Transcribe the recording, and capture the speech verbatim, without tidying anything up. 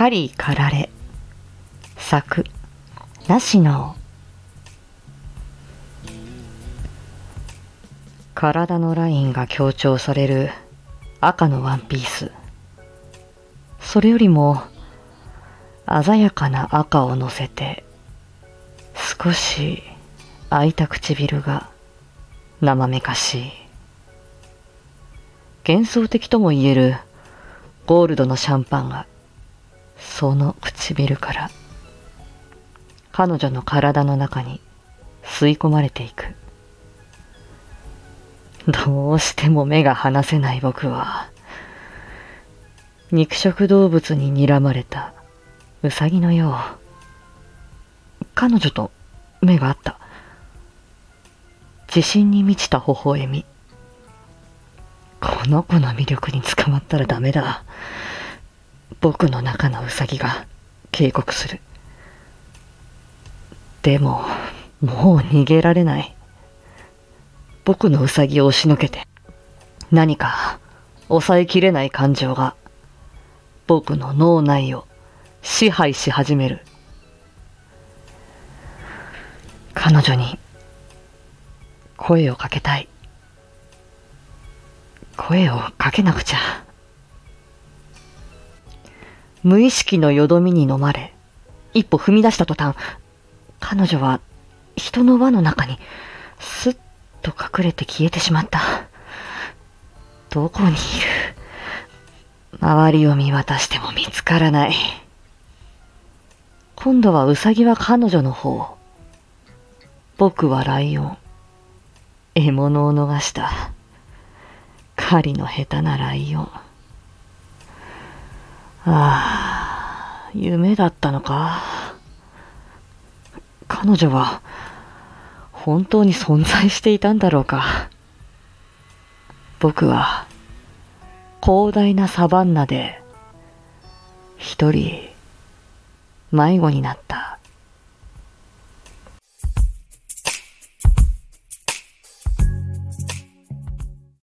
狩りかられ作なしの。体のラインが強調される赤のワンピース。それよりも鮮やかな赤を乗せて少し開いた唇が生めかしい。幻想的とも言えるゴールドのシャンパンがその唇から彼女の体の中に吸い込まれていく。どうしても目が離せない僕は、肉食動物に睨まれたウサギのよう。彼女と目が合った。自信に満ちた微笑み。この子の魅力に捕まったらダメだ。僕の中のウサギが警告する。でも、もう逃げられない。僕のウサギを押しのけて、何か抑えきれない感情が僕の脳内を支配し始める。彼女に声をかけたい。声をかけなくちゃ。無意識のよどみに飲まれ、一歩踏み出した途端、彼女は人の輪の中にスッと隠れて消えてしまった。どこにいる？周りを見渡しても見つからない。今度はウサギは彼女の方。僕はライオン。獲物を逃した。狩りの下手なライオン。ああ、夢だったのか。彼女は本当に存在していたんだろうか。僕は広大なサバンナで一人迷子になった。